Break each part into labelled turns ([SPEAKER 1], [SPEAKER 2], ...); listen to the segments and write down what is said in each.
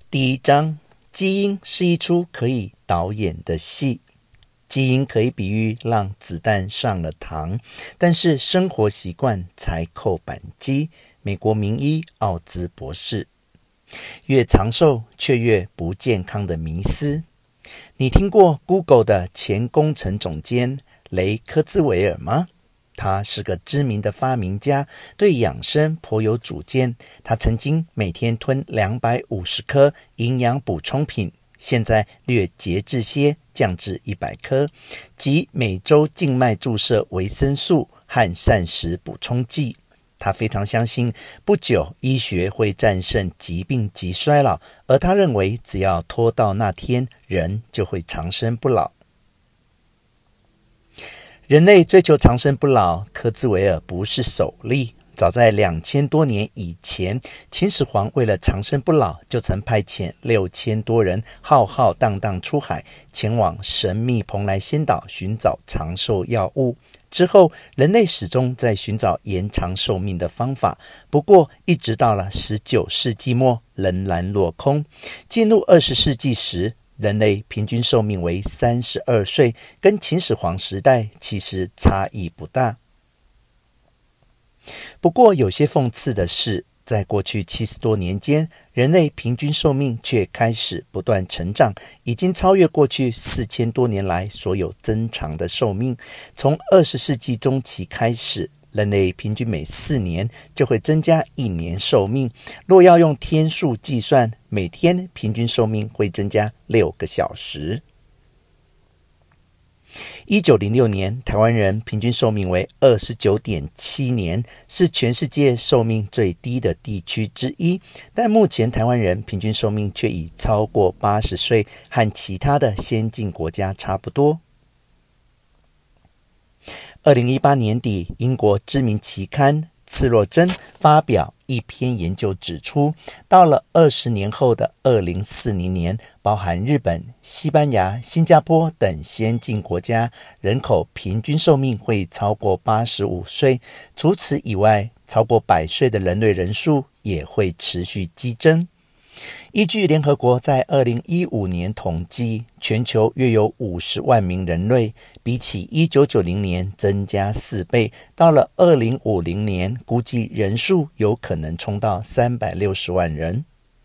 [SPEAKER 1] 第一章，基因是一出可以导演的戏。基因可以比喻让子弹上了膛，但是生活习惯才扣扳机。美国名医奥兹博士。越长寿却越不健康的迷思。你听过 Google 的前工程总监雷科兹维尔吗？他是个知名的发明家，对养生颇有主见。他曾经每天吞250颗营养补充品，现在略节制些，降至100颗，即每周静脉注射维生素和膳食补充剂。他非常相信不久医学会战胜疾病及衰老，而他认为只要拖到那天，人就会长生不老。人类追求长生不老，科兹维尔不是首例。早在2000多年以前，秦始皇为了长生不老，就曾派遣6000多人浩浩荡荡出海，前往神秘蓬莱仙岛寻找长寿药物。之后，人类始终在寻找延长寿命的方法，不过一直到了19世纪末，仍然落空。进入20世纪时，人类平均寿命为32岁，跟秦始皇时代其实差异不大。不过有些讽刺的是，在过去70多年间，人类平均寿命却开始不断成长，已经超越过去4000多年来所有增长的寿命。从20世纪中期开始，人类平均每4年就会增加1年寿命。若要用天数计算，每天平均寿命会增加6个小时。1906年，台湾人平均寿命为 29.7 年，是全世界寿命最低的地区之一。但目前台湾人平均寿命却已超过80岁，和其他的先进国家差不多。2018年底，英国知名期刊《刺若针》发表一篇研究指出，到了20年后的2040年，包含日本、西班牙、新加坡等先进国家，人口平均寿命会超过85岁。除此以外，超过100岁的人类人数也会持续激增。依据联合国在2015年统计，全球约有50万名人类，比起1990年增加4倍。到了2050年，估计人数有可能冲到360万人。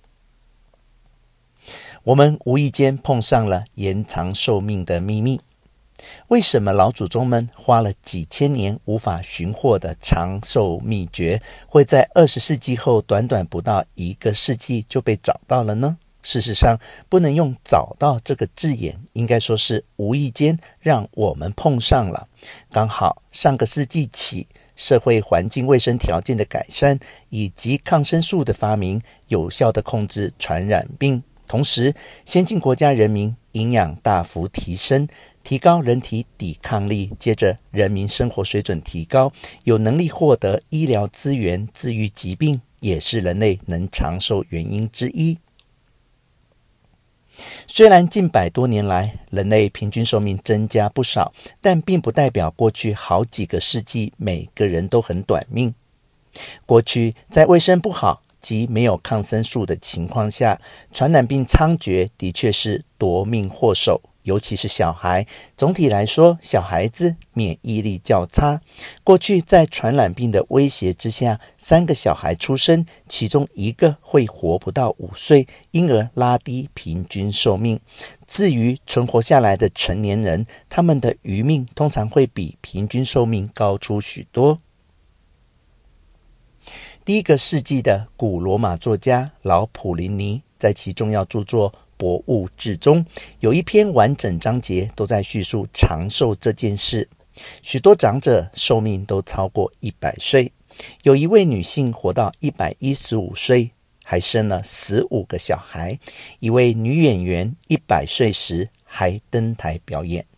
[SPEAKER 1] 我们无意间碰上了延长寿命的秘密。为什么老祖宗们花了几千年无法寻获的长寿秘诀，会在20世纪后短短不到1个世纪就被找到了呢？事实上，不能用找到这个字眼，应该说是无意间让我们碰上了。刚好上个世纪起，社会环境卫生条件的改善，以及抗生素的发明，有效地控制传染病。同时，先进国家人民营养大幅提升，提高人体抵抗力，接着人民生活水准提高，有能力获得医疗资源治愈疾病，也是人类能长寿原因之一。虽然近100多年来人类平均寿命增加不少，但并不代表过去好几个世纪每个人都很短命。过去在卫生不好及没有抗生素的情况下，传染病猖獗的确是夺命祸首，尤其是小孩。总体来说，小孩子免疫力较差。过去在传染病的威胁之下，3个小孩出生，其中1个会活不到5岁，因而拉低平均寿命。至于存活下来的成年人，他们的余命通常会比平均寿命高出许多。第1个世纪的古罗马作家老普林尼在其重要著作《博物志》中，有一篇完整章节都在叙述长寿这件事。许多长者寿命都超过100岁，有一位女性活到115岁，还生了15个小孩。一位女演员100岁时还登台表演。